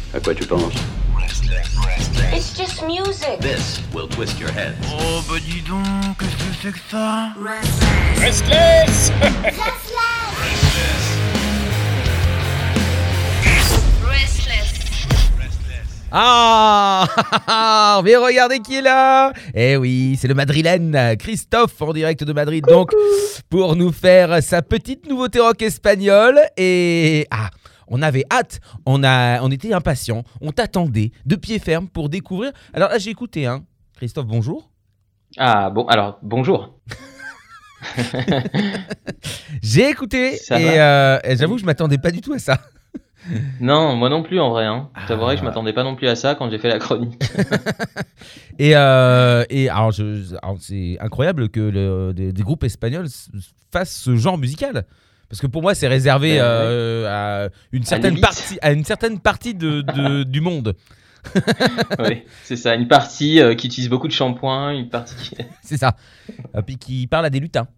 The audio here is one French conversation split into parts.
À quoi tu penses? It's just music. This will twist your head. Oh bah dis donc, qu'est-ce que c'est que ça? Restless. Ah, mais regardez qui est là. Eh oui, c'est le Madrilène, Christophe, en direct de Madrid, donc, pour nous faire sa petite nouveauté rock espagnole. Et on avait hâte, on était impatients, on t'attendait de pied ferme pour découvrir. Alors là, j'ai écouté, Christophe, bonjour. Ah bon, alors bonjour. J'ai écouté et j'avoue que je m'attendais pas du tout à ça. Non, moi non plus en vrai. Je t'avouerai que je m'attendais pas non plus à ça quand j'ai fait la chronique. et alors, c'est incroyable que des groupes espagnols fassent ce genre musical. Parce que pour moi, c'est réservé à une certaine partie du monde. Oui, c'est ça. Une partie qui utilise beaucoup de shampoing, une partie c'est ça. Et puis qui parle à des lutins.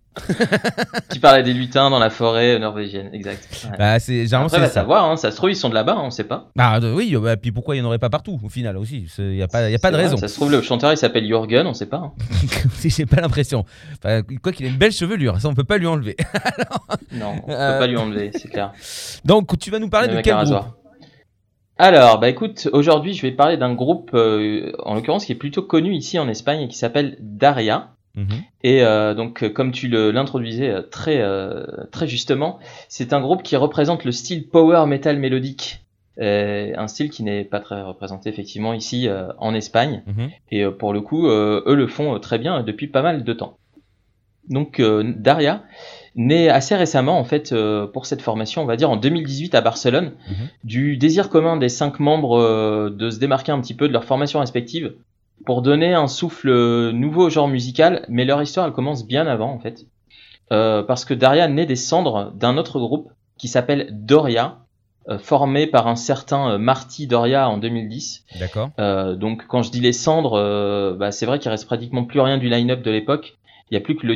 qui parle à des lutins dans la forêt norvégienne, exact. Ouais. Bah, généralement, après, c'est va ça. savoir, ça se trouve, ils sont de là-bas, on sait pas. Oui, puis pourquoi il n'y en aurait pas partout, au final, aussi. Il n'y a pas de raison. Ça se trouve, le chanteur, il s'appelle Jürgen, on sait pas. J'ai pas l'impression. Enfin, quoi qu'il ait une belle chevelure, ça, on peut pas lui enlever. Non, on peut pas lui enlever, c'est clair. Donc, tu vas nous parler de quel groupe ? Alors, écoute, aujourd'hui, je vais parler d'un groupe, en l'occurrence, qui est plutôt connu ici en Espagne et qui s'appelle Daria. Et donc, comme tu l'introduisais très justement, c'est un groupe qui représente le style power metal mélodique, un style qui n'est pas très représenté effectivement ici en Espagne. Et pour le coup, eux le font très bien depuis pas mal de temps. Donc, Daria naît assez récemment en fait pour cette formation, on va dire en 2018 à Barcelone, du désir commun des 5 membres de se démarquer un petit peu de leur formation respective, pour donner un souffle nouveau au genre musical, mais leur histoire elle commence bien avant en fait, parce que Daria naît des cendres d'un autre groupe qui s'appelle Doria, formé par un certain Marty Doria en 2010. D'accord. Donc quand je dis les cendres, c'est vrai qu'il reste pratiquement plus rien du line-up de l'époque. Il n'y a plus que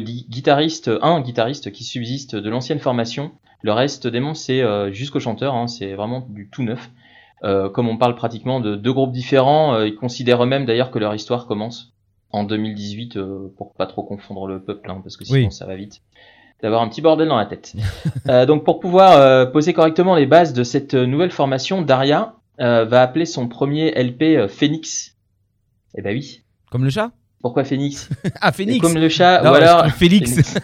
un guitariste qui subsiste de l'ancienne formation. Le reste des membres c'est jusqu'au chanteur, c'est vraiment du tout neuf. Comme on parle pratiquement de 2 groupes différents, ils considèrent eux-mêmes d'ailleurs que leur histoire commence en 2018 pour pas trop confondre le peuple, parce que sinon ça va vite d'avoir un petit bordel dans la tête. Donc pour pouvoir poser correctement les bases de cette nouvelle formation, Daria va appeler son premier LP Phoenix. Eh ben oui. Comme le chat ? Pourquoi Phoenix ? Phoenix. Comme le chat, non, ou alors Félix.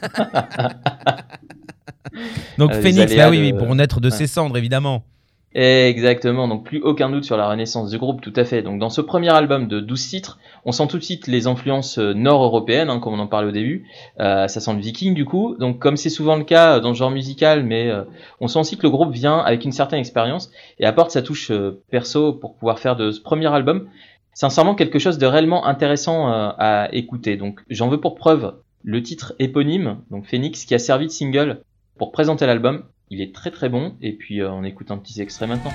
Donc Phoenix, oui, pour naître de ses cendres évidemment. Exactement, donc plus aucun doute sur la renaissance du groupe, tout à fait. Donc dans ce premier album de 12 titres, on sent tout de suite les influences nord-européennes, comme on en parlait au début. Ça sent le viking du coup, donc comme c'est souvent le cas dans le genre musical, mais on sent aussi que le groupe vient avec une certaine expérience et apporte sa touche perso pour pouvoir faire de ce premier album sincèrement quelque chose de réellement intéressant à écouter. Donc j'en veux pour preuve le titre éponyme, donc Phoenix, qui a servi de single pour présenter l'album. Il est très très bon, et puis on écoute un petit extrait maintenant.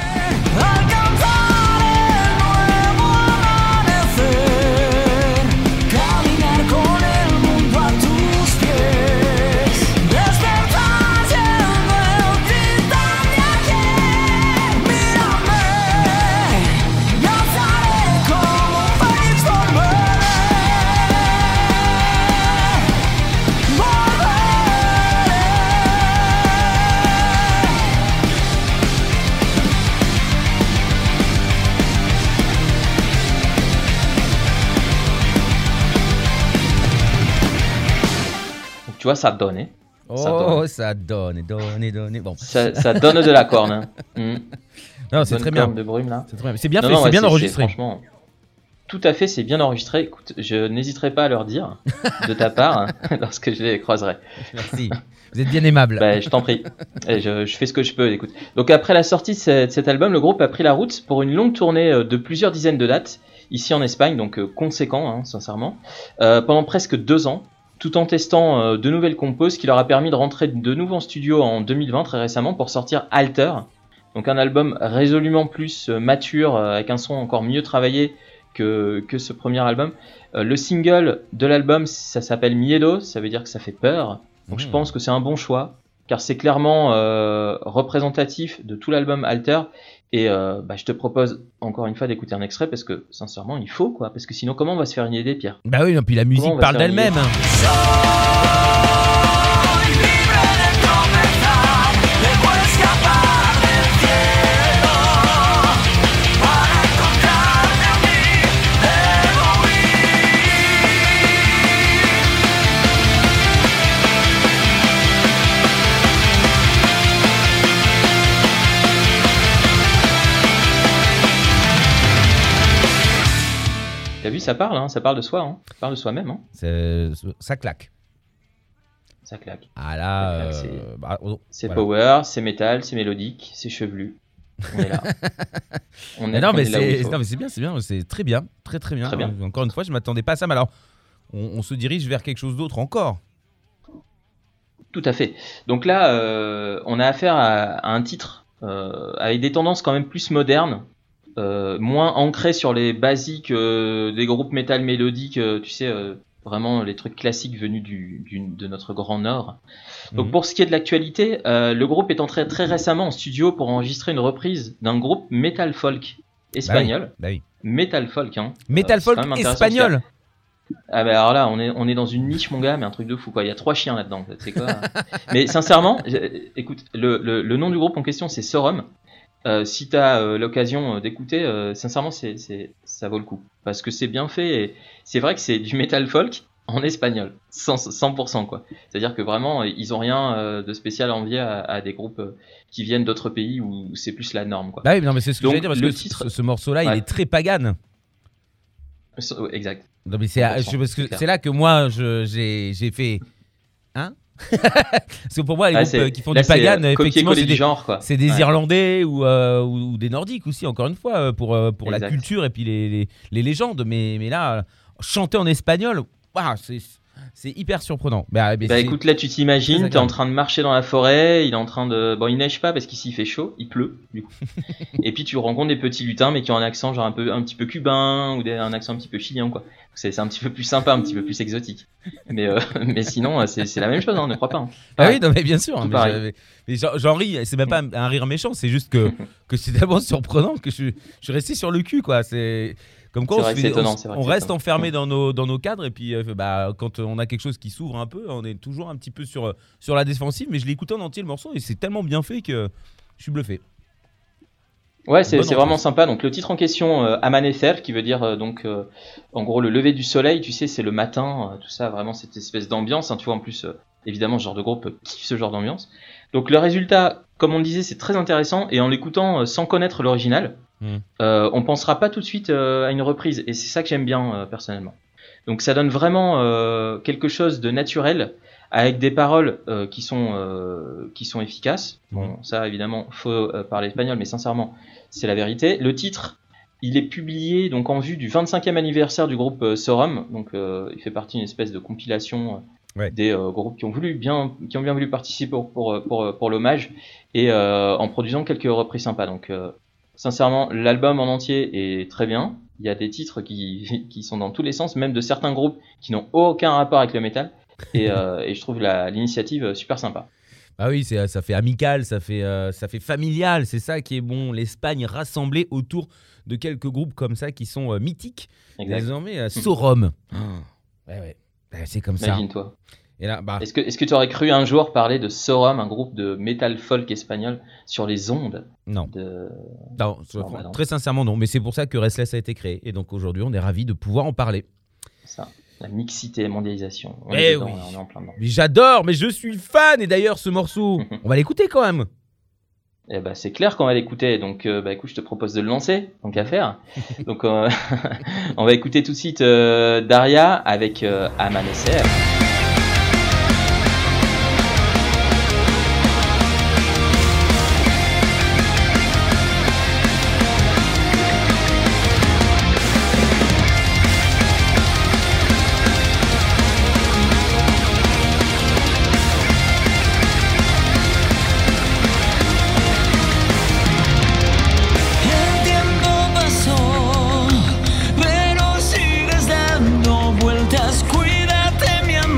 Tu vois, ça donne. Ça donne. Bon. Ça donne de la corne. Non, c'est très bien. De brume, là. C'est bien fait, c'est bien enregistré. Franchement, tout à fait, c'est bien enregistré. Écoute, je n'hésiterai pas à leur dire de ta part lorsque je les croiserai. Merci. Vous êtes bien aimable. Je t'en prie. Et je fais ce que je peux. Écoute. Donc après la sortie de cet album, le groupe a pris la route pour une longue tournée de plusieurs dizaines de dates ici en Espagne, donc conséquent, sincèrement, pendant presque 2 ans. Tout en testant de nouvelles compos, ce qui leur a permis de rentrer de nouveau en studio en 2020 très récemment pour sortir Alter, donc un album résolument plus mature, avec un son encore mieux travaillé que ce premier album. Le single de l'album, ça s'appelle Miedo, ça veut dire que ça fait peur, donc je pense que c'est un bon choix. car c'est clairement représentatif de tout l'album Alter. Et je te propose encore une fois d'écouter un extrait parce que sincèrement il faut quoi, parce que sinon comment on va se faire une idée, Pierre? Bah oui, non, puis la musique parle d'elle-même. T'as vu, ça parle de soi, ça parle de soi-même. Ça claque. Ça claque. Ah là, c'est voilà. Power, c'est métal, c'est mélodique, c'est chevelu. On est là. mais c'est bien, c'est très bien, très bien. Très bien. Encore une fois, je m'attendais pas à ça, mais alors on se dirige vers quelque chose d'autre encore. Tout à fait. Donc là, on a affaire à un titre avec des tendances quand même plus modernes. Moins ancré sur les basiques des groupes métal mélodiques, tu sais, vraiment les trucs classiques venus de notre grand nord. Donc pour ce qui est de l'actualité, le groupe est entré très récemment en studio pour enregistrer une reprise d'un groupe metal folk espagnol. Bah oui. Metal folk, hein. Metal folk espagnol. Ah bah alors là, on est dans une niche, mon gars, mais un truc de fou quoi. Il y a 3 chiens là-dedans, c'est quoi. Mais sincèrement, écoute, le nom du groupe en question, c'est Sorum. Si tu as l'occasion d'écouter, sincèrement, ça vaut le coup. Parce que c'est bien fait et c'est vrai que c'est du metal folk en espagnol, 100% quoi. C'est-à-dire que vraiment, ils ont rien de spécial à envier à des groupes qui viennent d'autres pays où c'est plus la norme quoi. Bah oui, non, mais c'est ce que j'allais dire parce que ce morceau-là, il est très pagan. Exact. Non, mais c'est là que moi, j'ai fait... Hein? Parce que pour moi, les groupes qui font du pagan, effectivement, c'est des Irlandais ou des Nordiques aussi, encore une fois, pour la culture et puis les légendes. Mais là, chanter en espagnol, wow, c'est hyper surprenant. Écoute, là, tu t'imagines, t'es en train de marcher dans la forêt, il est en train de... Bon, il neige pas parce qu'ici il fait chaud, il pleut, du coup. Et puis tu rencontres des petits lutins, mais qui ont un accent genre un petit peu cubain ou un accent un petit peu chilien, quoi. C'est un petit peu plus sympa, un petit peu plus exotique. Mais sinon, c'est la même chose, on ne croit pas. Hein. Ah oui, non, mais bien sûr. Mais j'en ris, c'est même pas un rire méchant, c'est juste que c'est tellement surprenant que je suis resté sur le cul, quoi. C'est... Comme quoi, on reste enfermé dans nos cadres et puis quand on a quelque chose qui s'ouvre un peu, on est toujours un petit peu sur la défensive. Mais je l'ai écouté en entier le morceau et c'est tellement bien fait que je suis bluffé. Ouais, c'est vraiment sympa. Donc le titre en question, Amanecer, qui veut dire en gros le lever du soleil. Tu sais, c'est le matin, tout ça, vraiment cette espèce d'ambiance. Hein, tu vois, en plus, évidemment, ce genre de groupe kiffe ce genre d'ambiance. Donc le résultat, comme on le disait, c'est très intéressant et en l'écoutant sans connaître l'original. On pensera pas tout de suite à une reprise et c'est ça que j'aime bien personnellement. Donc ça donne vraiment quelque chose de naturel avec des paroles qui sont efficaces. Bon, ça évidemment faut parler espagnol, mais sincèrement c'est la vérité. Le titre, il est publié donc en vue du 25e anniversaire du groupe Sorum. Donc il fait partie d'une espèce de compilation des groupes qui ont bien voulu participer pour l'hommage et en produisant quelques reprises sympas. Donc sincèrement, l'album en entier est très bien. Il y a des titres qui sont dans tous les sens, même de certains groupes qui n'ont aucun rapport avec le métal. Et je trouve l'initiative super sympa. Ah oui, ça fait amical, ça fait familial. C'est ça qui est bon. L'Espagne rassemblée autour de quelques groupes comme ça qui sont mythiques. Exact. Désormais, Sorum. Ouais. C'est comme ça. Imagine-toi. Et là, Est-ce que tu aurais cru un jour parler de Sorum, un groupe de metal folk espagnol, sur les ondes? Non. Non, très sincèrement non. Mais c'est pour ça que Restless a été créé. Et donc aujourd'hui, on est ravis de pouvoir en parler. Ça, la mixité, la mondialisation. On oui. est en plein dedans. Mais j'adore, mais je suis fan. Et d'ailleurs, ce morceau, on va l'écouter quand même. Eh ben, c'est clair qu'on va l'écouter. Donc, écoute, je te propose de le lancer. Donc, à faire. Donc, on va écouter tout de suite Daria avec Amanecer. Vueltas, cuídate mi amor.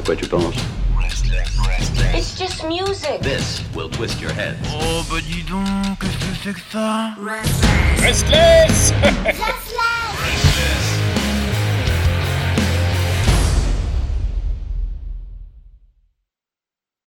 quoi tu penses? It's just music. This will twist your head. Oh bah dis donc, qu'est-ce que c'est que ça? Restless